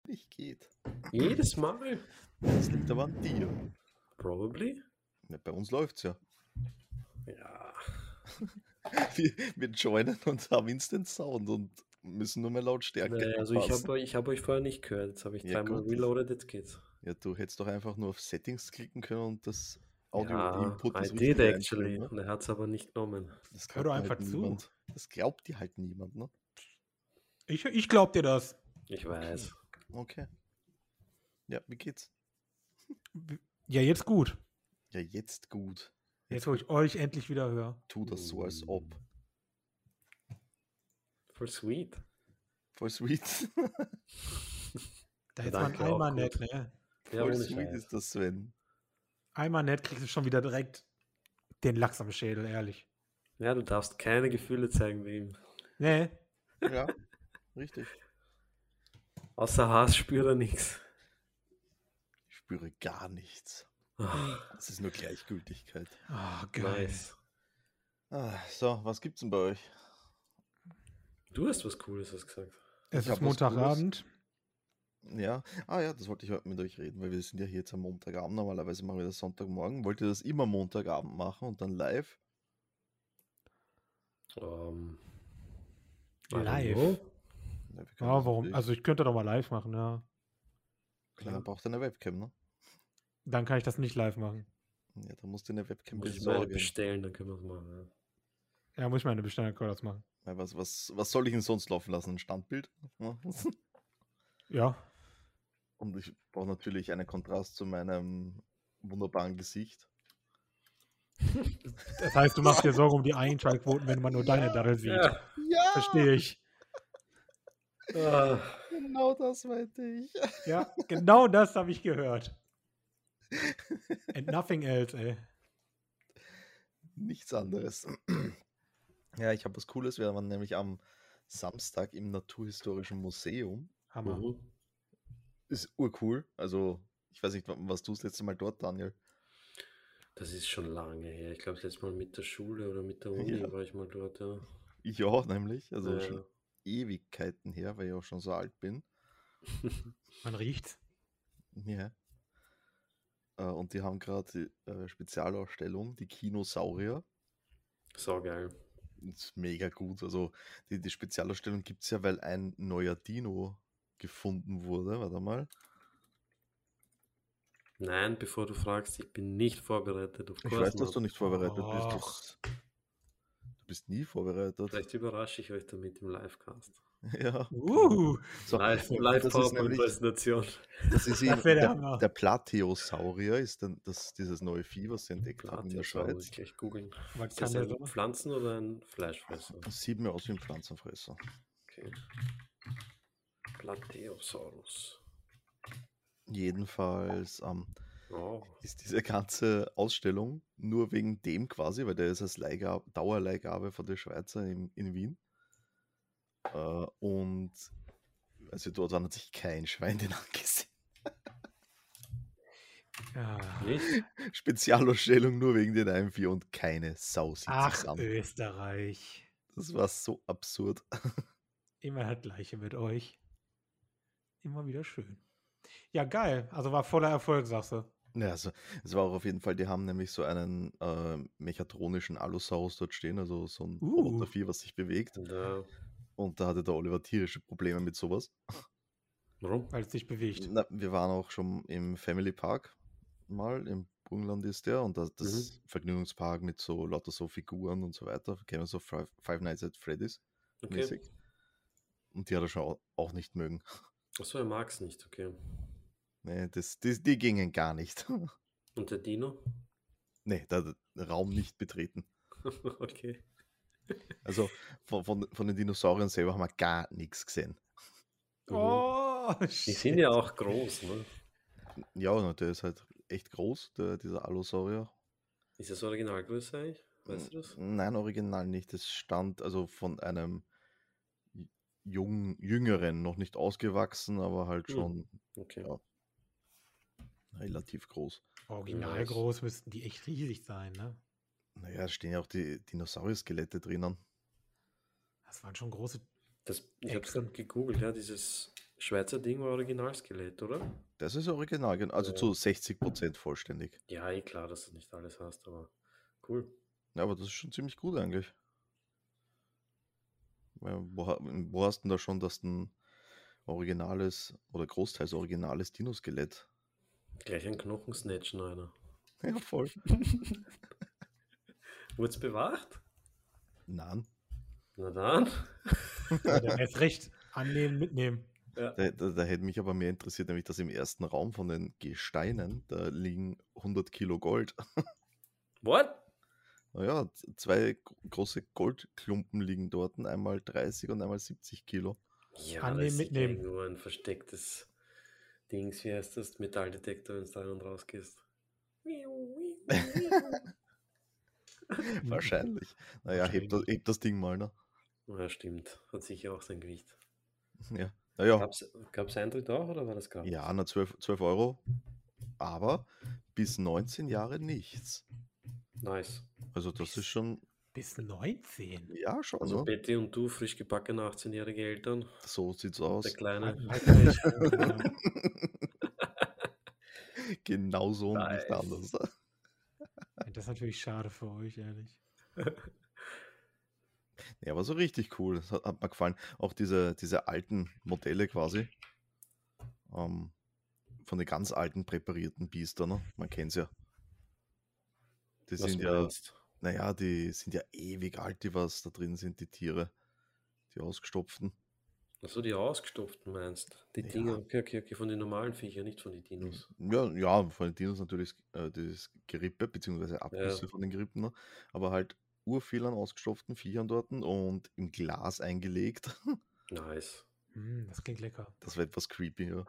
nicht geht. Jedes Mal? Das liegt aber an dir. Probably? Ja, bei uns läuft's ja. Ja. Wir joinen und haben Instant Sound und müssen nur mehr Lautstärke Naja, also ich hab euch vorher nicht gehört. Jetzt habe ich Ja, dreimal gut. reloaded, jetzt geht's. Ja, du hättest doch einfach nur auf Settings klicken können und das Ja, Audio-Input I das did Richtige actually. einstellen. Ne? Und er hat es aber nicht genommen. Das Hör glaubt doch dir einfach halt zu. niemand. Das glaubt dir halt niemand, ne? Ich glaub dir das. Ich weiß. Okay. Ja, wie geht's? Ja, jetzt gut. Ja, jetzt gut. Jetzt, wo ich euch endlich wieder höre. Tu das so, als ob. Voll sweet. Voll sweet. Da ist man Danke, auch einmal gut. nett, ne? Ja, Voll ohne sweet Scheiß. ist das, Sven. Einmal nett kriegst du schon wieder direkt den Lachs am Schädel, ehrlich. Ja, du darfst keine Gefühle zeigen wie ihm. Nee. Ja, richtig. Außer Hass spürt er nichts. Ich spüre gar nichts. Ah, Das ist nur Gleichgültigkeit. Oh, geil. nice. So, was gibt's denn bei euch? Du hast was Cooles hast gesagt. Es Ich hab ist was Montagabend. Ja, ja, das wollte ich heute mit euch reden, weil wir sind ja hier jetzt am Montagabend. Normalerweise machen wir das Sonntagmorgen. Wollt ihr das immer Montagabend machen und dann live? I don't Live. know. Ja, wir können Ja, das warum? natürlich- Also ich könnte doch mal live machen, ja. Klar, dann braucht ihr eine Webcam, ne? Dann kann ich das nicht live machen. Ja, dann musst du eine Webcam Muss ich mal eine besorgen. bestellen, dann können wir es machen. Ja, muss ich meine Bestellung das machen. Weil was soll ich denn sonst laufen lassen? Ein Standbild? Ja. Ja. Und ich brauche natürlich einen Kontrast zu meinem wunderbaren Gesicht. Das heißt, du machst dir Sorgen um die Einschaltquoten, wenn man nur deine Daddel sieht. Ja. Ja, Verstehe ich. Ah, genau das meinte ich. Ja, genau das habe ich gehört. And nothing else, ey. Nichts anderes. Ja, ich habe was Cooles. Wir waren nämlich am Samstag im Naturhistorischen Museum. Hammer. mhm. Ist urcool. Also, ich weiß nicht, was du das letzte Mal dort, Daniel? Das ist schon lange her. Ich glaube, das letzte Mal mit der Schule oder mit der Uni Ja. war ich mal dort, ja. Ich auch nämlich. Also Ja. schon Ewigkeiten her, weil ich auch schon so alt bin. Man riecht's. Ja. Und die haben gerade die Spezialausstellung, die Kinosaurier. So geil. Das ist mega gut. Also die Spezialausstellung gibt es ja, weil ein neuer Dino gefunden wurde. Warte mal. Nein, bevor du fragst, ich bin nicht vorbereitet. Of Ich course weiß, dass not. du nicht vorbereitet bist. Och. Du bist nie vorbereitet. Vielleicht überrasche ich euch damit im Livecast. Ja. So, Live das ist nämlich- PowerPoint-Präsentation. Das ist Das wär der der Hammer. Plateosaurier, ist dann dieses neue Vieh, was sie entdeckt haben in der Plateosaurus, muss Schweiz. ich gleich googeln. Was Ist das kann der ein so? Pflanzen- oder ein Fleischfresser? Das sieht mir aus wie ein Pflanzenfresser. Okay. Plateosaurus. Jedenfalls Oh. ist diese ganze Ausstellung nur wegen dem quasi, weil der ist als Dauerleihgabe von der Schweizer in Wien. Und also dort hat sich kein Schwein den angesehen. Ja. Nicht? Spezialausstellung nur wegen den einem Vieh und keine Sau sieht Ach, sich's an. Österreich. Das war so absurd. Immer das Gleiche mit euch. Immer wieder schön. Ja, geil. Also war voller Erfolg, sagst du. Ja, also es war auch auf jeden Fall, die haben nämlich so einen mechatronischen Allosaurus dort stehen, also so ein Robotervieh, was sich bewegt. Ja. Und da hatte der Oliver tierische Probleme mit sowas. Warum? Weil es sich bewegt. Na, wir waren auch schon im Family Park mal, im Burgenland ist der, und das Vergnügungspark mit so lauter so Figuren und so weiter, kennen wir so Five Nights at Freddy's Okay. mäßig. Und die hat er schon auch nicht mögen. Achso, er mag es nicht, okay. Nee, die gingen gar nicht. Und der Dino? Nee, der Raum nicht betreten. Okay. Also von den Dinosauriern selber haben wir gar nichts gesehen. Oh, Die sind ja auch groß, ne? Ja, na, der ist halt echt groß, dieser Allosaurier. Ist das Originalgröße eigentlich? Weißt du das? Nein, original nicht. Das stand also von einem Jüngeren, noch nicht ausgewachsen, aber halt schon Okay. ja, relativ groß. Original Nice. groß müssten die echt riesig sein, ne? Naja, es stehen ja auch die Dinosaurier-Skelette drinnen. Das waren schon große. Ich habe es gerade gegoogelt, ja, dieses Schweizer Ding war Originalskelett, oder? Das ist original, also Ja. zu 60% vollständig. Ja, klar, dass du nicht alles hast, aber cool. Ja, aber das ist schon ziemlich gut eigentlich. Wo hast du denn da schon das ein originales oder großteils originales Dino-Skelett? Gleich ein Knochensnatchen, einer. Ja, voll. Wurde es bewacht? Nein. Na dann. Ja, dann erst recht annehmen, mitnehmen. Ja. Da hätte mich aber mehr interessiert, nämlich dass im ersten Raum von den Gesteinen, da liegen 100 Kilo Gold. What? Naja, zwei große Goldklumpen liegen dort, einmal 30 und einmal 70 Kilo. Ja, Annehmen, das ist sicher mitnehmen. irgendwo ein verstecktes Dings, wie heißt das? Metalldetektor, wenn du da rein und rausgehst. Wahrscheinlich. Naja, heb das Ding mal, ne? Ja, stimmt. Hat sicher auch sein Gewicht. Ja. Naja, Gab's Eintritt auch oder war das gratis? ja, na 12 Euro. Aber bis 19 Jahre nichts. Nice. Also das ist schon, Bis 19. ja, schon, Also ne? Betty und du, frisch gebackene 18-jährige Eltern. So sieht's Der aus. Kleine. Halt nicht. Ja. Genau so und nicht Nice. anders. Das ist natürlich schade für euch, ehrlich. Ja, aber so richtig cool. Das hat mir gefallen. Auch diese alten Modelle quasi. Von den ganz alten präparierten Biester, ne? Man kennt's ja. Die Was sind ja, meinst? naja, die sind ja ewig alt, die was da drin sind, die Tiere. Die ausgestopften. Achso, die ausgestopften meinst. Die Ja. Dinger, okay, von den normalen Viechern, nicht von den Dinos. Ja, von den Dinos natürlich das Gerippe, beziehungsweise Abgüsse von den Gerippen, ne? Aber halt urviel an ausgestopften Viechern dort und im Glas eingelegt. Nice. Das klingt lecker. Das war etwas creepy, ja.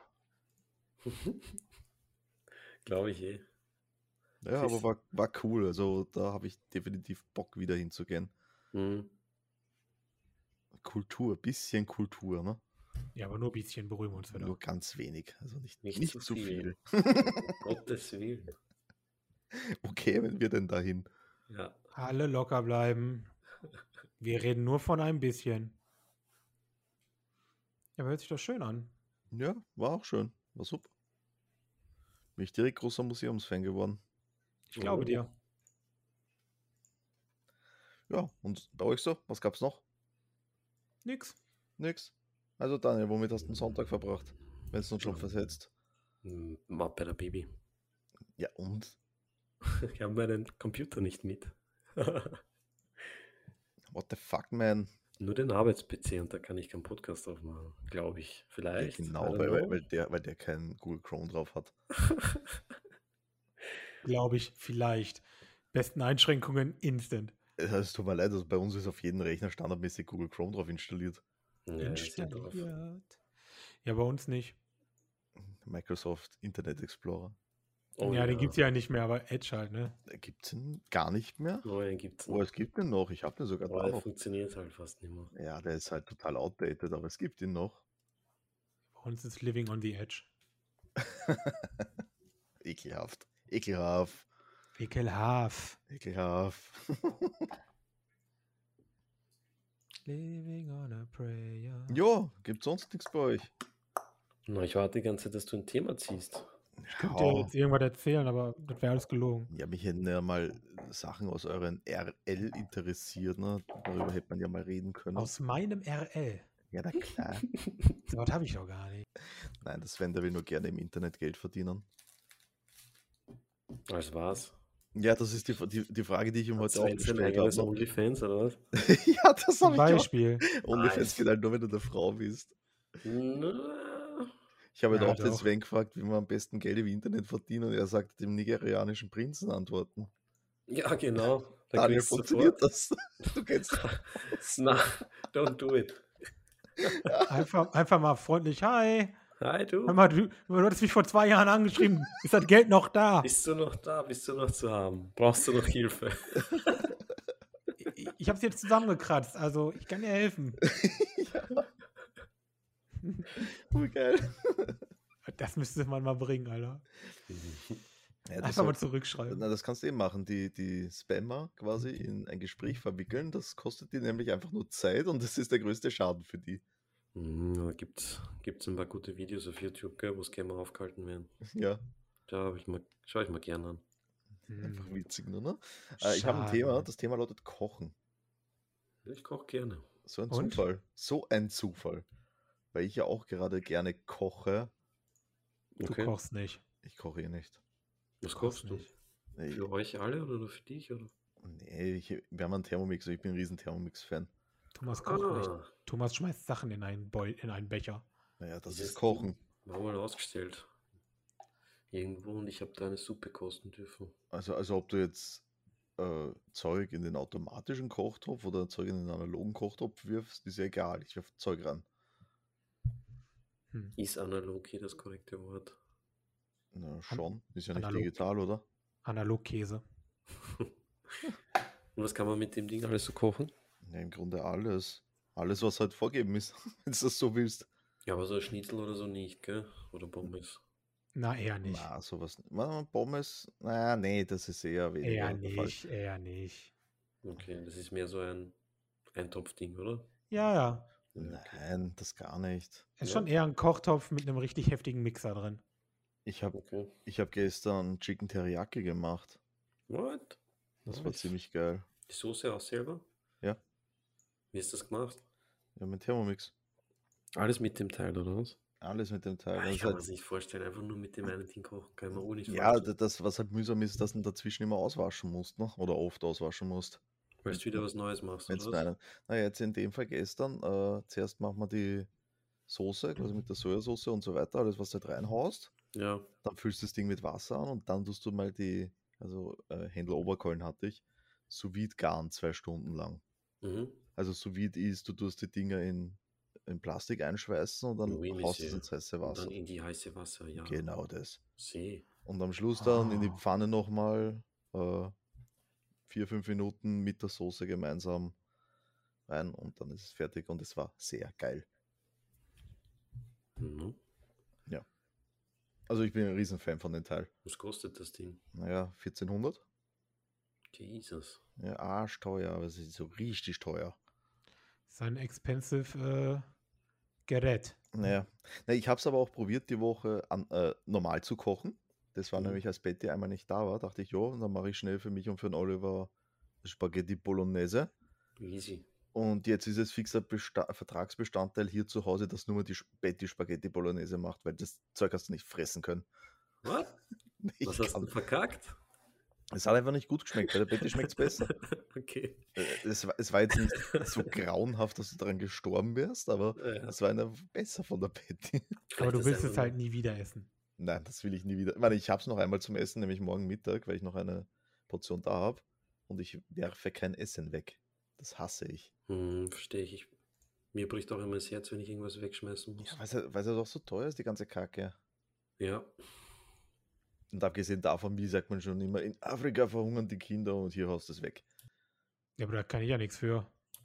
Glaube ich eh. Ja, aber war cool. Also da habe ich definitiv Bock, wieder hinzugehen. Mhm. Bisschen Kultur, ne? Ja, aber nur ein bisschen beruhigen wir uns wieder. Nur ganz wenig. Also nicht Nicht zu viel. Um Gottes Willen. Wo kämen wir denn dahin? Ja. Alle locker bleiben. Wir reden nur von ein bisschen. Ja, aber hört sich doch schön an. Ja, war auch schön. War super. Bin ich direkt großer Museumsfan geworden. Ich glaube dir. Ja, und bei euch so? Was gab's noch? Nix. Nix. Also Daniel, womit hast du den Sonntag verbracht? Wenn es uns schon versetzt. War bei der Baby. Ja, und? Ich habe meinen Computer nicht mit. What the fuck, man? Nur den Arbeits-PC und da kann ich keinen Podcast drauf machen. Glaube ich. Vielleicht. Ja, genau, I don't know. weil der keinen Google Chrome drauf hat. Glaube ich, vielleicht. Besten Einschränkungen instant. Es tut mir leid, also bei uns ist auf jedem Rechner standardmäßig Google Chrome drauf installiert. Ja, ist ja drauf. Ja, bei uns nicht. Microsoft Internet Explorer. Oh, ja, den gibt es ja nicht mehr, aber Edge halt, ne? Gibt es ihn gar nicht mehr? Oh, den gibt's Oh, noch. es gibt ihn noch. Ich habe den sogar Aber da der noch. funktioniert halt fast nicht mehr. Ja, der ist halt total outdated, aber es gibt ihn noch. Bei uns ist Living on the Edge. Ekelhaft. Ekelhaft. Ekelhaft. Ekelhaft. Living on a prayer. Jo, gibt's sonst nichts bei euch? Na, ich warte die ganze Zeit, dass du ein Thema ziehst. Ich könnte dir jetzt irgendwas erzählen, aber das wäre alles gelogen. Ja, mich hätten ja mal Sachen aus euren RL interessiert, ne? Darüber hätte man ja mal reden können. Aus meinem RL. Ja, na klar. So was habe ich doch gar nicht. Nein, das Sven, der will nur gerne im Internet Geld verdienen. Als was? Ja, das ist die Frage, die ich ihm heute auch Sven sein gestellt eigenes habe. OnlyFans oder was? Ja, das Zum habe ich auch. Beispiel. OnlyFans Nice. geht halt nur, wenn du eine Frau bist. Na, Ich habe Ja, halt auch den doch. Sven gefragt, wie man am besten Geld im Internet verdient und er sagt, dem nigerianischen Prinzen antworten. ja, genau. Da Daniel, kriegst du funktioniert sofort. das? Du kennst das. Na, don't do it. Einfach mal freundlich. Hi. Hi, du. Hör mal, du hattest mich vor 2 Jahren angeschrieben. Ist das Geld noch da? Bist du noch da? Bist du noch zu haben? Brauchst du noch Hilfe? Ich habe es jetzt zusammengekratzt, also ich kann dir helfen. Oh, geil. Das müsste man mal bringen, Alter. Ja, das, Einfach mal zurückschreiben. na, das kannst du eben machen, die Spammer quasi in ein Gespräch verwickeln. Das kostet dir nämlich einfach nur Zeit und das ist der größte Schaden für die. Da gibt's ein paar gute Videos auf YouTube, gell, wo es gerne mal aufgehalten werden. Ja, Schaue ich mal gern an. einfach Hm, witzig, nur, ne? Ich habe ein schade. Thema, das Thema lautet Kochen. Ich koche gerne. So ein Und? Zufall. So ein Zufall. Weil ich ja auch gerade gerne koche. Du Okay. kochst nicht. Ich koche eh nicht. Was kochst kochst du? nicht. Nee, Für euch alle oder nur für dich? Oder? nee, wir haben einen Thermomix und ich bin ein riesen Thermomix-Fan. Thomas kocht nicht. Ah, Thomas schmeißt Sachen in einen Becher. Naja, das ist dieses Kochen. Ding war mal ausgestellt. Irgendwo und ich habe da eine Suppe kosten dürfen. Also ob du jetzt Zeug in den automatischen Kochtopf oder Zeug in den analogen Kochtopf wirfst, ist ja egal. Ich wirf Zeug ran. Hm. Ist analog hier das korrekte Wort? Na, schon. Ist ja nicht analog. digital, oder? Analogkäse. Und was kann man mit dem Ding alles so kochen? Ja, im Grunde alles. Alles, was halt vorgeben ist, wenn du das so willst. Ja, aber so ein Schnitzel oder so nicht, gell? Oder Pommes. Na, eher nicht. Na, sowas. Pommes, naja, nee, das ist eher weniger Eher der Fall. nicht, eher nicht. Okay, das ist mehr so ein Eintopfding, oder? Ja, ja. Nein, das gar nicht. Ist Ja. schon eher ein Kochtopf mit einem richtig heftigen Mixer drin. Ich habe Okay. hab gestern Chicken Teriyaki gemacht. What? Das war Nice. ziemlich geil. Die Soße auch selber? Ja. Wie ist das gemacht? Ja, mit Thermomix. Alles mit dem Teil, oder was? Alles mit dem Teil. Ah, Das ich ist kann halt, mir das nicht vorstellen, einfach nur mit dem einen Ding kochen. Kann ich mir auch nicht ja, vorstellen. das, was halt mühsam ist, dass du dazwischen immer auswaschen musst, ne? Oder oft auswaschen musst. Weil du wieder was Neues machst, Wenn's oder was? naja, jetzt in dem Fall gestern, zuerst machen wir die Soße, quasi mit der Sojasauce und so weiter, alles, was du halt reinhaust. Ja. Dann füllst du das Ding mit Wasser an und dann tust du mal Händler Oberkeulen hatte ich, sous vide garen 2 Stunden lang. Mhm. Also sous vide ist, du tust die Dinger in Plastik einschweißen und dann Oui, haust du es Monsieur. ins heiße Und Wasser. dann in die heiße Wasser, ja. Genau das. See. Und am Schluss dann in die Ah. Pfanne nochmal 4-5 Minuten mit der Soße gemeinsam rein und dann ist es fertig und es war sehr geil. Mhm. Ja. Also ich bin ein Riesenfan von dem Teil. Was kostet das Ding? Naja, 1400. Jesus. Ja, arschteuer, aber es ist so richtig teuer. Ist ein expensive Gerät. Naja, ich habe es aber auch probiert, die Woche normal zu kochen. Das war Mhm. nämlich, als Betty einmal nicht da war, dachte ich, jo, dann mache ich schnell für mich und für den Oliver Spaghetti Bolognese. Easy. Und jetzt ist es fixer Vertragsbestandteil hier zu Hause, dass nur mal die Betty Spaghetti Bolognese macht, weil das Zeug hast du nicht fressen können. Was? Ich Was hast du kann- verkackt? Es hat einfach nicht gut geschmeckt, bei der Betty schmeckt es besser. Okay. Es war jetzt nicht so grauenhaft, dass du daran gestorben wärst, aber Ja. es war einer besser von der Betty. Aber Vielleicht du ist willst einfach es halt nur- nie wieder essen. Nein, das will ich nie wieder. Ich meine, ich habe es noch einmal zum Essen, nämlich morgen Mittag, weil ich noch eine Portion da habe. Und ich werfe kein Essen weg. Das hasse ich. Verstehe ich. Mir bricht auch immer das Herz, wenn ich irgendwas wegschmeißen muss. Ja, weil es doch so teuer ist, die ganze Kacke. Ja. Und abgesehen davon, wie sagt man schon immer, in Afrika verhungern die Kinder und hier haust du es weg. Ja, aber da kann ich ja nichts für.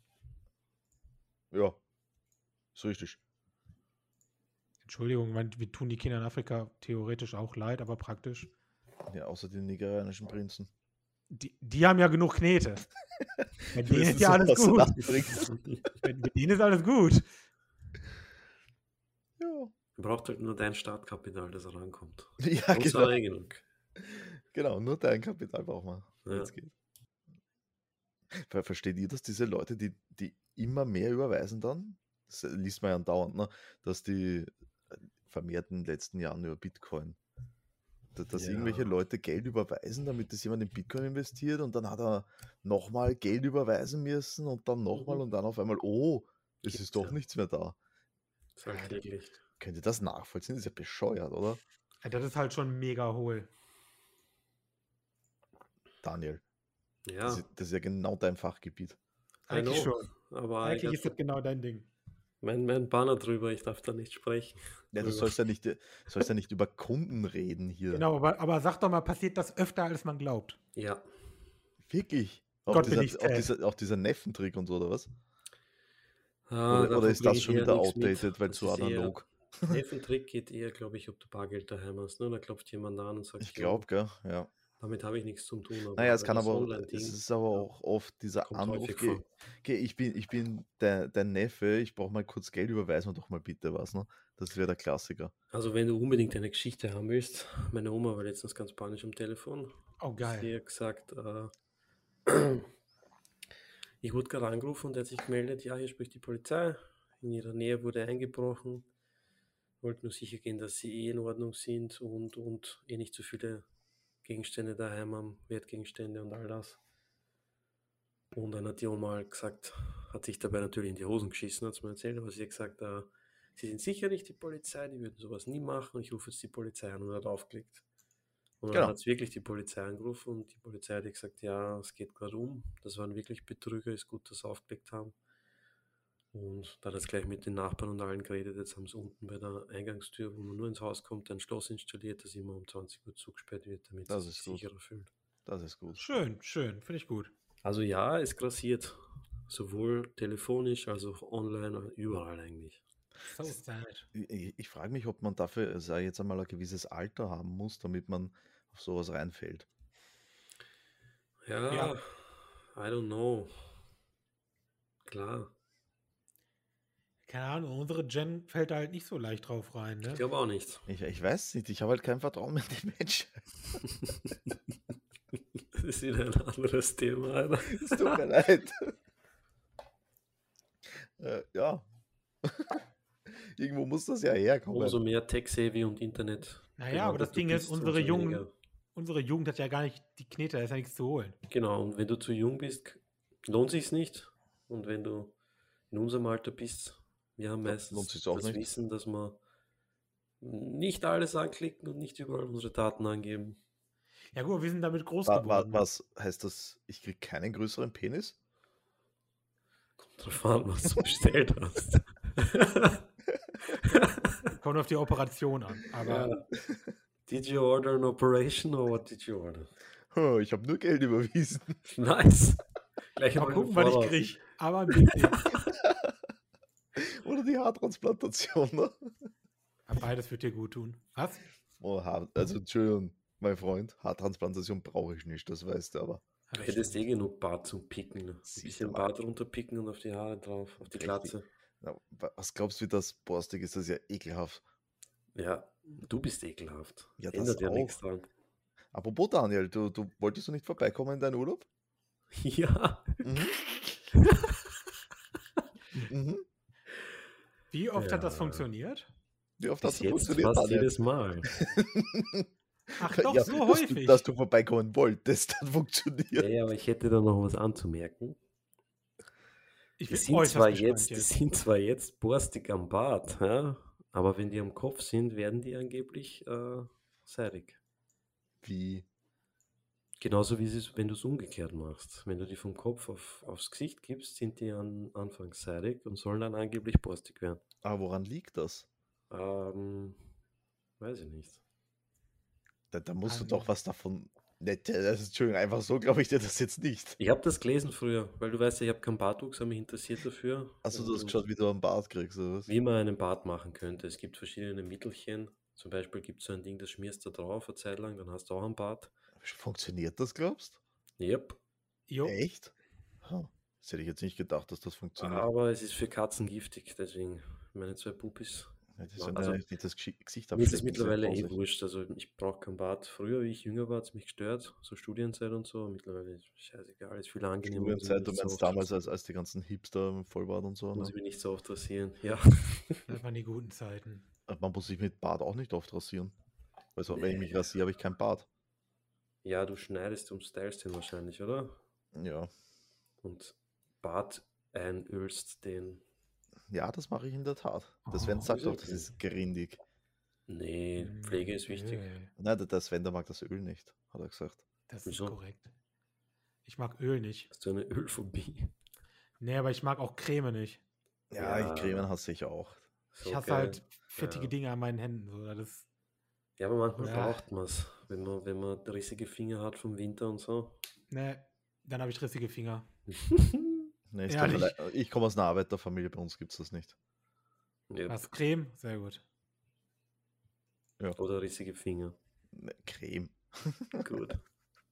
Ja, so richtig. Entschuldigung, wir tun die Kinder in Afrika theoretisch auch leid, aber praktisch. Ja, außer die nigerianischen Prinzen. Die haben ja genug Knete. Bei Die denen müssen ist ja so alles was gut. nachbringen. Bei denen ist alles gut. Ja, Braucht halt nur dein Startkapital, das rankommt. ja Und genau. sei genug. Genau, nur dein Kapital braucht man, wenn Ja. es geht. Versteht ihr, dass diese Leute, die immer mehr überweisen dann, das liest man ja andauernd, ne, dass die vermehrt in den letzten Jahren über Bitcoin, dass Ja. irgendwelche Leute Geld überweisen, damit das jemand in Bitcoin investiert und dann hat er nochmal Geld überweisen müssen und dann nochmal und dann auf einmal, oh, es Gibt's ist doch ja. nichts mehr da. Das ist alltäglich. Könnt ihr das nachvollziehen? Das ist ja bescheuert, oder? Ja, das ist halt schon mega hohl. Daniel, Ja, das ist ja genau dein Fachgebiet. I Eigentlich know, schon. aber Eigentlich ist das genau dein Ding. mein Banner drüber, ich darf da nicht sprechen. Ja, du Drüber. sollst ja nicht über Kunden reden hier. Genau, aber sag doch mal, passiert das öfter, als man glaubt? Ja, Wirklich? Gott, bin ich Auch dieser Neffentrick und so, oder was? Davon Oder ist bring das ich schon eher wieder nichts mit. outdated, weil Das zu ist eher- analog? Neffentrick geht eher, glaube ich, ob du Bargeld daheim hast. Ne? Da klopft jemand an und sagt, Ich glaube, gell? Ja. Damit habe ich nichts zu tun, Naja, es aber kann das aber, es Online-Ding ist aber ja, auch oft dieser kommt Anruf, häufig vor. ich bin dein Neffe, ich brauche mal kurz Geld, überweis mir doch mal bitte was, ne? Das wäre der Klassiker. Also wenn du unbedingt eine Geschichte haben willst, meine Oma war letztens ganz panisch am Telefon. Oh, geil. Sie hat gesagt, ich wurde gerade angerufen und er hat sich gemeldet, ja, hier spricht die Polizei. In ihrer Nähe wurde eingebrochen. Wollten nur sicher gehen, dass sie in Ordnung sind und nicht zu viele Gegenstände daheim haben, Wertgegenstände und all das. Und dann hat die Oma halt gesagt, hat sich dabei natürlich in die Hosen geschissen, hat es mir erzählt, aber sie hat gesagt, sie sind sicher nicht die Polizei, die würden sowas nie machen, ich rufe jetzt die Polizei an und hat aufgelegt. Und dann Genau. hat es wirklich die Polizei angerufen und die Polizei hat gesagt, ja, es geht gerade um, das waren wirklich Betrüger, ist gut, dass sie aufgelegt haben. Und dann hat es gleich mit den Nachbarn und allen geredet, jetzt haben sie unten bei der Eingangstür, wo man nur ins Haus kommt, ein Schloss installiert, das immer um 20 Uhr zugesperrt wird, damit Das sie ist sich gut. sicherer fühlen. Das ist gut. Schön, finde ich gut. Also ja, es grassiert. Sowohl telefonisch als auch online, überall eigentlich. So sad. Ich frage mich, ob man dafür, sei jetzt einmal ein gewisses Alter haben muss, damit man auf sowas reinfällt. Ja, Ja. I don't know. Klar, Keine Ahnung, unsere Gen fällt da halt nicht so leicht drauf rein, ich ne? glaube auch nicht. Ich weiß nicht, ich habe halt kein Vertrauen mehr in die Menschen. Das ist wieder ein anderes Thema, Alter. Es tut mir leid. Ja. Irgendwo muss das ja herkommen. Umso mehr Tech-Savvy und Internet. Naja, aber das bewandt du Ding ist, bist, umso weniger. unsere Jugend hat ja gar nicht die Knete, da ist ja nichts zu holen. Genau, und wenn du zu jung bist, lohnt sich's nicht. Und wenn du in unserem Alter bist, wir haben lohnt meistens sich's auch das nicht. Wissen, dass wir nicht alles anklicken und nicht überall unsere Daten angeben. Ja gut, wir sind damit groß Wa- geworden. Was heißt das? Ich kriege keinen größeren Penis? Kommt drauf an, was du bestellt hast. Kommt auf die Operation an. Aber Ja. Did you order an operation or what did you order? Ich habe nur Geld überwiesen. Nice. Gleich mal mal gucken, was ich Voraus. kriege. Aber ein Big Dick. Oder die Haartransplantation. Ne? Beides wird dir gut tun. Was? Oh, also Entschuldigung, mein Freund, Haartransplantation brauche ich nicht, das weißt du aber. Du hättest eh genug Bart zum Picken. Ein Siehst bisschen du mal. Bart runterpicken und auf die Haare drauf, auf die Richtig. Glatze. Na, was glaubst du, wie das borstig ist? Das ist ja ekelhaft. Ja, du bist ekelhaft. Ja, das Ändert ja auch. nichts dran. Apropos Daniel, du wolltest du nicht vorbeikommen in deinen Urlaub? Ja. Mhm. Mhm. Wie oft hat das Ja. funktioniert? Wie oft hat Bis das jetzt funktioniert, fast Daniel? jedes Mal. Ach doch, Ja, so häufig. dass du vorbeikommen wolltest, hat funktioniert. Ja, aber ich hätte da noch was anzumerken. Ich Die bin sind, äußerst zwar gespannt jetzt, die sind zwar jetzt borstig am Bart, ja, aber wenn die am Kopf sind, werden die angeblich seidig. Wie? Genauso wie wenn du es umgekehrt machst. Wenn du die vom Kopf aufs Gesicht gibst, sind die anfangs seidig und sollen dann angeblich borstig werden. Aber woran liegt das? Weiß ich nicht. Da musst du Also- doch was davon. Nicht, das ist, Entschuldigung, einfach so glaube ich dir das jetzt nicht. Ich habe das gelesen früher, weil du weißt ja, ich habe keinen Bartwuchs, aber mich interessiert dafür. Achso, du hast Und geschaut, wie du einen Bart kriegst, oder was? wie man einen Bart machen könnte. Es gibt verschiedene Mittelchen. Zum Beispiel gibt es so ein Ding, das schmierst du drauf eine Zeit lang, dann hast du auch einen Bart. Funktioniert das, glaubst Yep. Jo. du? Echt? Das hätte ich jetzt nicht gedacht, dass das funktioniert. Aber es ist für Katzen giftig, deswegen meine 2 Pupis. Ja, die Ja, sollen also, ja nicht das Gesicht Mir ist es abschlecken, mittlerweile sehr eh grausig. wurscht. Also ich brauche keinen Bart. Früher, wie ich jünger war, hat es mich gestört. So Studienzeit und so. Mittlerweile ist scheißegal, ist viel angenehmer. muss ich Studienzeit, du nicht so meinst oft damals, rasieren. als die ganzen Hipster im Vollbart und so. Muss Ne? ich mich nicht so oft rasieren. Ja. Das waren die guten Zeiten. Man muss sich mit Bart auch nicht oft rasieren. Also, wenn ich mich rasiere, habe ich keinen Bart. Ja, du schneidest und stylst den wahrscheinlich, oder? Ja. Und Bart einölst den. Ja, das mache ich in der Tat. Der Oh, Sven sagt ist auch, das okay. ist grindig. Nee, Pflege ist wichtig. Nein, der Sven, der mag das Öl nicht, hat er gesagt. Das ist Wieso? korrekt. Ich mag Öl nicht. Hast du eine Ölphobie? Nee, aber ich mag auch Creme nicht. Ja, Ja. Cremen hasse ich auch. So Ich hasse geil. halt fettige Ja. Dinge an meinen Händen. So. Das, Ja, aber manchmal Ja. braucht man es, wenn man rissige Finger hat vom Winter und so. nee, dann habe ich rissige Finger. Nee, Ehrlich? ich komme aus einer Arbeiterfamilie, bei uns gibt es das nicht. Ja, Was? Creme? Sehr gut. oder rissige Finger. Nee, Creme. Gut.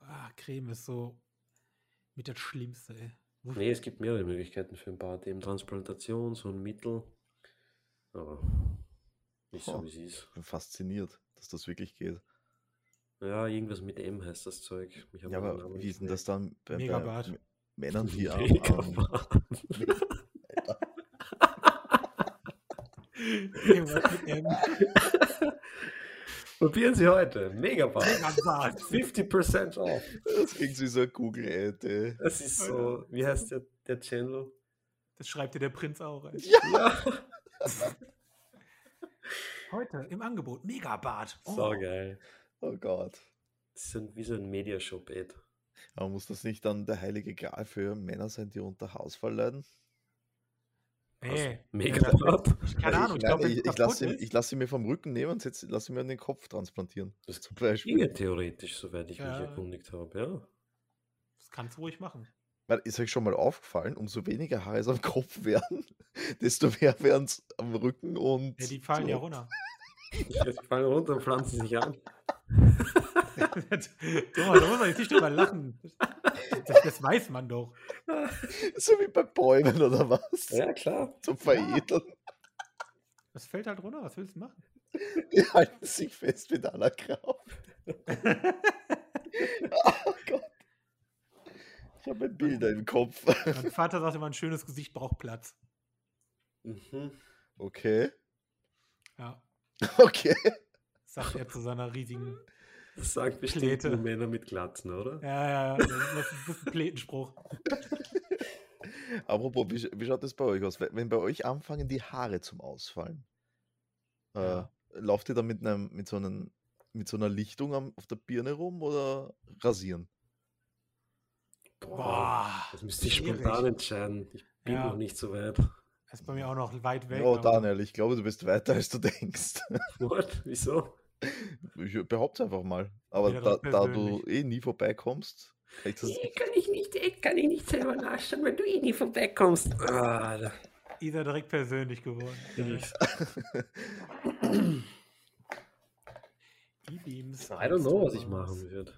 Creme ist so mit das Schlimmste, ey. Nee, es gibt mehrere Möglichkeiten für ein Bart. Eben Transplantation, so ein Mittel. Aber nicht so, Oh. wie es ist. Ich bin fasziniert, dass das wirklich geht. Ja, irgendwas mit M heißt das Zeug. Ich habe Ja, den aber Namen wie nicht ist denn das dann bei Megabart. Männern, die Megabart. Irgendwas mit M. Probieren Sie heute. Megabart. Megabart. 50% off. Das klingt wie so eine Google-Ad. Das ist so, wie heißt der Channel? Das schreibt dir der Prinz auch, ey. Ja. Heute im Angebot Megabart. So geil. Oh Gott. Das ist wie so ein Mediashop-Ad. Aber muss das nicht dann der heilige Gral für Männer sein, die unter Hausfall leiden? Ey, Megabart. keine Ahnung, ich glaube, ich lasse sie mir vom Rücken nehmen und lasse sie mir an den Kopf transplantieren. Das zum Beispiel. ginge theoretisch, soweit ich mich erkundigt habe, ja. Das kannst du ruhig machen. Weil ist euch schon mal aufgefallen, umso weniger Haare es am Kopf werden, desto mehr werden es am Rücken und. Ja, die fallen ja runter. Die fallen runter und pflanzen sich an. Thomas, da muss man jetzt nicht drüber lachen. Das weiß man doch. So wie bei Bäumen oder was? Ja, klar. Zum Veredeln. Das fällt halt runter, was willst du machen? Die halten sich fest mit aller Kraft. Oh Gott. Ich habe Bilder im Kopf. Mein Vater sagt immer, ein schönes Gesicht braucht Platz. Mhm. Okay. Ja, Okay. sagt er zu seiner riesigen. Das sagen bestimmt Pläte. nur Männer mit Glatzen, oder? Ja. Das ist ein Plätenspruch. Apropos, wie schaut das bei euch aus? Wenn bei euch anfangen die Haare zum Ausfallen, Ja. lauft ihr da mit so einer Lichtung auf der Birne rum oder rasieren? Boah, Das müsste ich schwierig. spontan entscheiden. Ich bin Ja. noch nicht so weit. Das ist bei mir auch noch weit weg. Oh, aber- Daniel, ich glaube, du bist weiter, als du denkst. What? Wieso? Ich behaupte einfach mal. Aber Jeder da doch du nie vorbeikommst, kann ich das Kann ich nicht selber nachschauen, weil du nie vorbeikommst. Ah, Ist er direkt persönlich geworden. Gib ihm's. I don't know, was ich machen würde.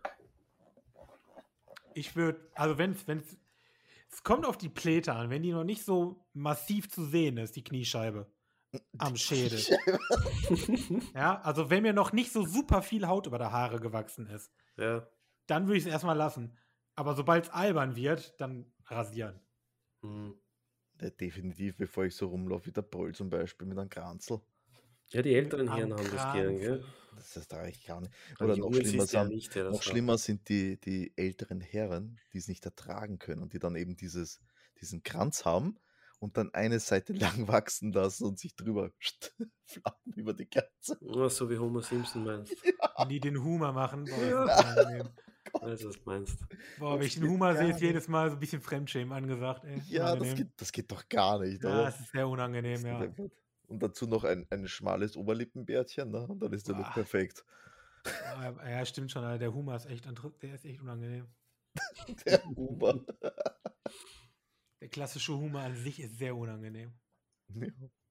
Ich würde, also es kommt auf die Pläte an, wenn die noch nicht so massiv zu sehen ist, die Kniescheibe am Schädel. Ja, also wenn mir noch nicht so super viel Haut über der Haare gewachsen ist, Ja. dann würde ich es erstmal lassen. Aber sobald es albern wird, dann rasieren. Hm. Ja, definitiv, bevor ich so rumlaufe wie der Proll zum Beispiel mit einem Kranzel. Ja, die älteren Am Herren haben das gern, gell? Kranzel. Das reiche ich gar nicht. Aber Oder die noch Jungen schlimmer, siehst du ja nicht, der das noch hat. schlimmer sind die älteren Herren, die es nicht ertragen können und die dann eben diesen Kranz haben und dann eine Seite lang wachsen lassen und sich drüber flappen über die ganze. Oh, so wie Homer Simpson meinst. Wenn die den Humor machen, boah, Ja. das ist unangenehm. Weißt du, was du meinst? Boah, wenn Das ich den geht Humor sehe, gar ist jedes Mal so ein bisschen Fremdschämen angesagt. Ey. Ja, Unangenehm. das geht doch gar nicht, Ja, oder? es ist sehr unangenehm, ja. Und dazu noch ein schmales Oberlippenbärtchen, ne? Und dann ist der Look Boah. perfekt. Ja, stimmt schon, Alter, der Humor ist echt, der ist echt unangenehm. Der Humor. Der klassische Humor an sich ist sehr unangenehm. Ja.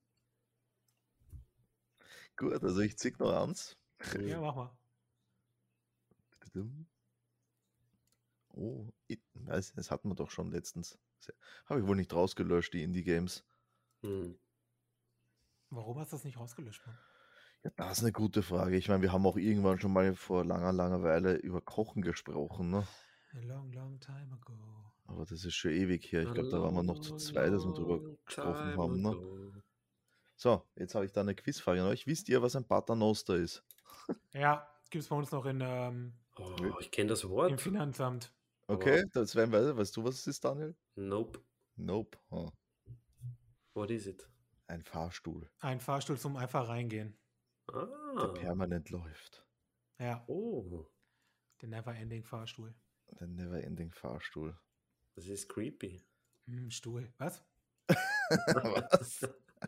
Gut, also ich zieh noch eins. Ja, mach mal. Oh, das hatten wir doch schon letztens. Habe ich wohl nicht rausgelöscht, die Indie-Games. Hm. Warum hast du das nicht rausgelöscht, Mann? Ja, das ist eine gute Frage. Ich meine, wir haben auch irgendwann schon mal vor langer Weile über Kochen gesprochen, ne? A long, long time ago. Aber das ist schon ewig her. Ich glaube, da waren wir noch zu zweit, als wir drüber gesprochen haben, ne? So, jetzt habe ich da eine Quizfrage an euch. Wisst ihr, was ein Paternoster ist? Ja, gibt es bei uns noch Oh, ich kenne das im Wort. Finanzamt. Okay, das werden wir. Weißt du, was es ist, Daniel? Nope. Nope. Oh, What is it? ein Fahrstuhl, Ein Fahrstuhl zum einfach reingehen. der Ah. permanent läuft. Ja, Oh, der Never-Ending Fahrstuhl. Der Never-Ending Fahrstuhl. das ist creepy. Stuhl. Was? Was?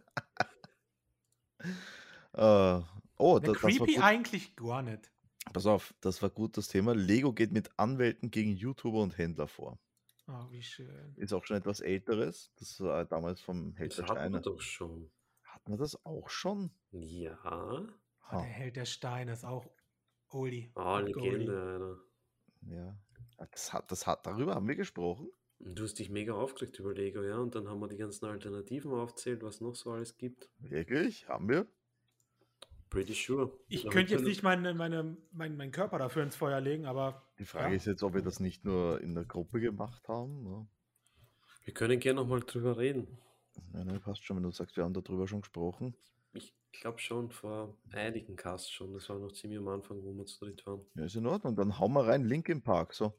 Oh, Ne, das war creepy gut. eigentlich gar nicht. Pass auf, das war gut das Thema. Lego geht mit Anwälten gegen YouTuber und Händler vor. Oh, wie schön. Ist auch schon etwas Älteres. Das war damals vom Held Das der hatten wir Steine. doch schon. Hatten wir das auch schon? Ja. Oh, der Held der Steine ist auch Oldie. Ah, Oldie. Legende, Alter. Ja. Darüber haben wir gesprochen. Und du hast dich mega aufgeregt über Lego, ja? Und dann haben wir die ganzen Alternativen aufzählt, was noch so alles gibt. Wirklich? Haben wir? Pretty sure. Ich Aber könnte wir jetzt können- nicht meinen Körper dafür ins Feuer legen, aber Die Frage Ja. ist jetzt, ob wir das nicht nur in der Gruppe gemacht haben. Ne? Wir können gerne nochmal drüber reden. Ja, passt schon, wenn du sagst, wir haben darüber schon gesprochen. Ich glaube schon vor einigen Casts schon. Das war noch ziemlich am Anfang, wo wir zu dritt waren. Ja, ist in Ordnung. Dann hauen wir rein, Linkin Park. So.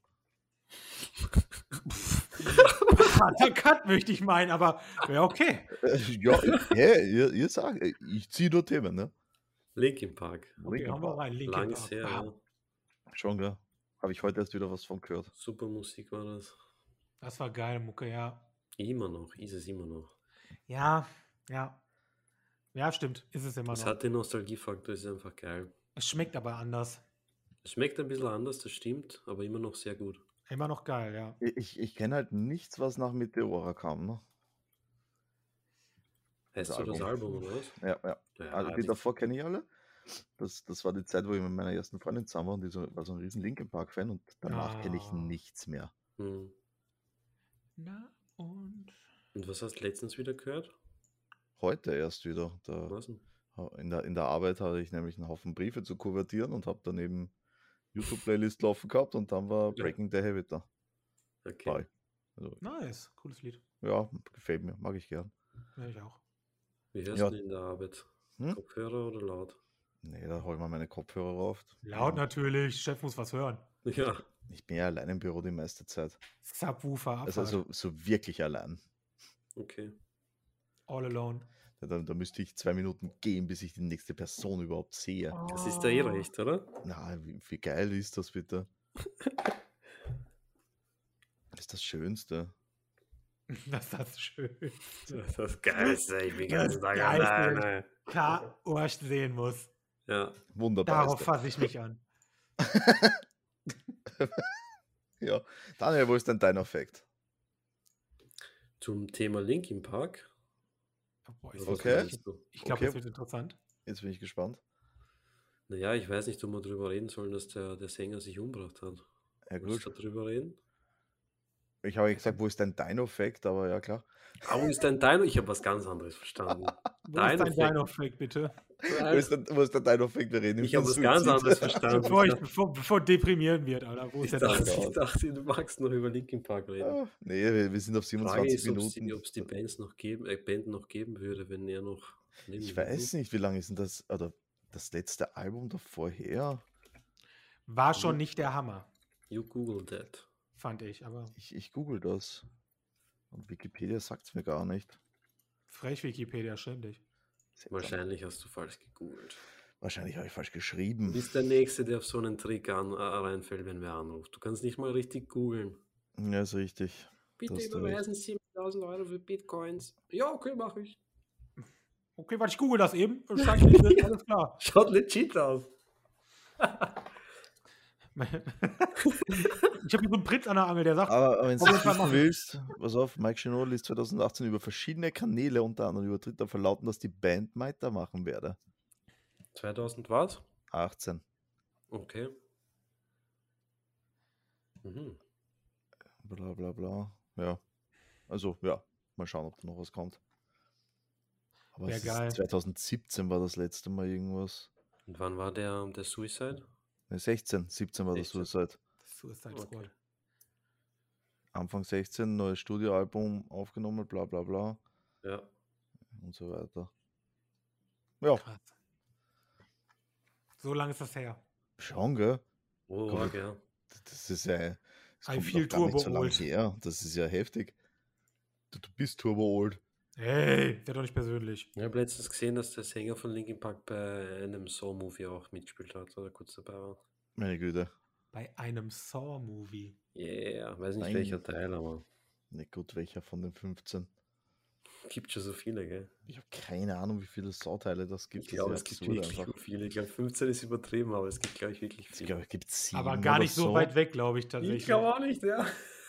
harter Cut möchte ich meinen, aber ja, okay. Ja, ihr sagt, ich ziehe nur Themen, ne? Linkin Park. Okay, Linkin hauen wir Park. rein. Linkin Langes Park. her, Bam. ja. Schon, gell? Habe ich heute erst wieder was von gehört. Super Musik war das. Das war geil, Mucke, ja. Immer noch, ist es immer noch. Ja, ja. Ja, stimmt. Ist es immer Es noch. hat den Nostalgiefaktor, ist einfach geil. Es schmeckt aber anders. Es schmeckt ein bisschen anders, das stimmt, aber immer noch sehr gut. Immer noch geil, ja. Ich kenne halt nichts, was nach Meteora kam, ne? Heißt Das so das Album. Album, oder was? Ja. Ja, Also die die- davor kenne ich alle. Das war die Zeit, wo ich mit meiner ersten Freundin zusammen war und die war so ein riesen Linkin Park-Fan und danach kenne ich Ah. nichts mehr. Hm. Na und? Und was hast du letztens wieder gehört? Heute erst wieder. Was denn? In der Arbeit hatte ich nämlich einen Haufen Briefe zu kuvertieren und habe daneben YouTube-Playlist laufen gehabt und dann war Ja. Breaking the Habit da. Okay. Bei. Also, Nice. Cooles Lied. ja, gefällt mir, mag ich gern. Ja, ich auch. Wie hörst Ja. du in der Arbeit? Hm? Kopfhörer oder laut? Nee, da hol ich mal meine Kopfhörer rauf. Laut natürlich. Chef muss was hören. Ja. Ich bin ja allein im Büro die meiste Zeit. Subwoofer, Abfahrt. Also so wirklich allein. Okay. All alone. Da müsste ich 2 Minuten gehen, bis ich die nächste Person überhaupt sehe. Das ist da eh recht, oder? Na, wie geil ist das bitte? Das ist das Schönste. Das ist schön. Das ist das Geilste. Ich bin den Das ganzen Tag Geilste. alleine. Klar, Arsch sehen muss. Ja. Wunderbar. Darauf ist fasse ich mich an. das. Ja. Daniel, wo ist denn dein Effekt? Zum Thema Linkin Park. Boah, Was Okay. meinst du? Ich glaube, Okay. das wird interessant. Jetzt bin ich gespannt. Naja, ich weiß nicht, ob wir darüber reden sollen, dass der Sänger sich umgebracht hat. Ja, Willst du gut. darüber reden? Ich habe gesagt, wo ist dein Dino-Effekt? Aber ja, klar. Ah, wo ist dein Dino? Ich habe was ganz anderes verstanden. Wo ist dein Dino-Effekt. Dino-Fake, bitte? Wo ist der Dino-Effekt? Wir reden Ich habe was ganz anderes verstanden. Bevor deprimieren wird, Alter. Wo Ich ist der dachte, Dino? ich dachte, du magst noch über Linkin Park reden. Ja, nee, wir sind auf Die Frage 27 ist, ob Minuten. es die Band noch geben würde, wenn er noch leben Ich würde. weiß nicht, wie lange ist denn das? Oder das letzte Album davor her? War schon nicht der Hammer, You Google that. fand ich. Aber Ich google das. Und Wikipedia sagt es mir gar nicht. frech Wikipedia, schäm dich. Seltsam. Wahrscheinlich hast du falsch gegoogelt. Wahrscheinlich habe ich falsch Du geschrieben. bist der Nächste, der auf so einen Trick reinfällt, wenn wer anruft. Du kannst nicht mal richtig googeln. Ja, ist richtig. Bitte hast du überweisen 7.000 Euro für Bitcoins. Ja, okay, mache ich. Okay, warte, ich google das eben. Scheint nicht, alles klar. Schaut legit aus. Ich habe hier so einen Prinz an der Angel, der sagt, Aber wenn du Wollen wir es mal wissen machen? willst, pass auf, Mike Shinoda ist 2018 über verschiedene Kanäle, unter anderem über Twitter, verlauten, dass die Band weitermachen werde. 2000 was? 18. Okay. Mhm. Bla bla bla. Ja. Also, ja. Mal schauen, ob da noch was kommt. Aber Wär es geil. ist 2017 war das letzte Mal irgendwas. Und wann war der Suicide? Ne, 17 war das 16. Suicide. Suicide Okay. Squad. Anfang 16, neues Studioalbum aufgenommen, bla bla bla Ja. und so weiter. Ja, Krass. So lange ist das her. schon, gell? Oh, Komm, arg, ja. Das ist ja. Das I kommt feel noch gar nicht so turbo lang old. her. Das ist ja heftig. Du bist turbo old. Hey, der doch nicht persönlich. Ich habe letztens gesehen, dass der Sänger von Linkin Park bei einem Saw-Movie auch mitgespielt hat oder kurz dabei war. Meine Güte. Bei einem Saw-Movie. Yeah, weiß nicht Nein. welcher Teil, aber Nicht gut, welcher von den 15. gibt schon so viele, gell? Ich habe keine Ahnung, wie viele Sauteile das gibt. Ich glaube, es gibt wirklich viele. Ich glaube, 15 ist übertrieben, aber es gibt, glaube ich, wirklich Ich viele. glaube, es gibt 7 Aber gar nicht oder so weit weg, glaube ich Ich tatsächlich. glaube auch nicht, ja.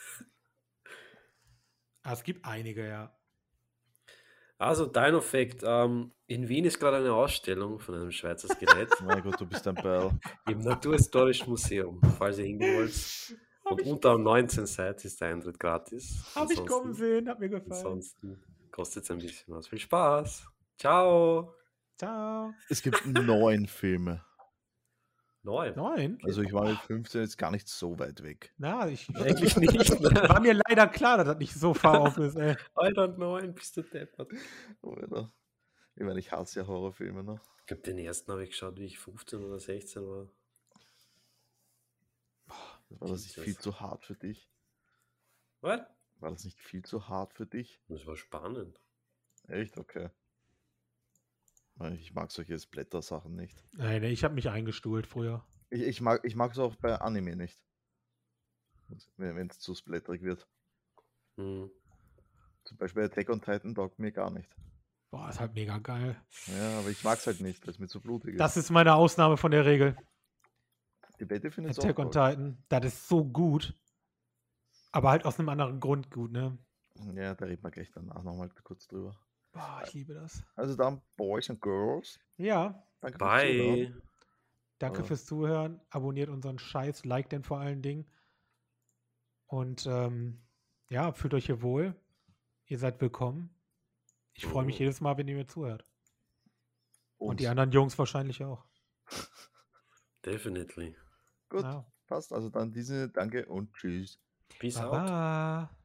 Ah, es gibt einige, ja. Also, Dino Fact. In Wien ist gerade eine Ausstellung von einem Schweizer Skelett Mein Gott, du bist ein Perl. im Naturhistorischen Museum, falls ihr hingehen wollt. Und unter 19 Seiten ist der Eintritt gratis. Hab ich kommen sehen, hat mir gefallen. Ansonsten kostet es ein bisschen was. Viel Spaß. Ciao. Ciao. Es gibt 9 Filme. 9. 9? Also ich war mit 15 jetzt gar nicht so weit weg. Na, Eigentlich nicht. war mir leider klar, dass das nicht so far off ist, ey. Alter, 9, bist du deppert. Oder? Ich meine, ich hasse ja Horrorfilme noch. Ich glaube, den ersten habe ich geschaut, wie ich 15 oder 16 war. War das nicht viel zu hart für dich? Was? War das nicht viel zu hart für dich? Das war spannend. Echt? Okay. Ich mag solche Splatter-Sachen nicht. Nein, ich habe mich eingestuhlt früher. Ich mag es auch bei Anime nicht. Wenn es zu splatterig wird. Hm. Zum Beispiel Attack on Titan taugt mir gar nicht. Boah, ist halt mega geil. Ja, aber ich mag es halt nicht, weil es mir zu blutig ist. Das ist meine Ausnahme von der Regel. Die Betty findet es auch Attack on Titan, das ist so gut. Aber halt aus einem anderen Grund gut, ne? Ja, da reden wir gleich danach nochmal kurz drüber. Boah, ich liebe das. Also dann, Boys and Girls. Ja, Danke fürs Zuhören. Bye. danke fürs Zuhören. Abonniert unseren Scheiß, liked den vor allen Dingen. Und ja, fühlt euch hier wohl. Ihr seid willkommen. Ich freue mich jedes Mal, wenn ihr mir zuhört. Und die anderen Jungs wahrscheinlich auch. Definitely. Gut, Ja. passt. Also dann diese, danke und tschüss. Peace out. Baba.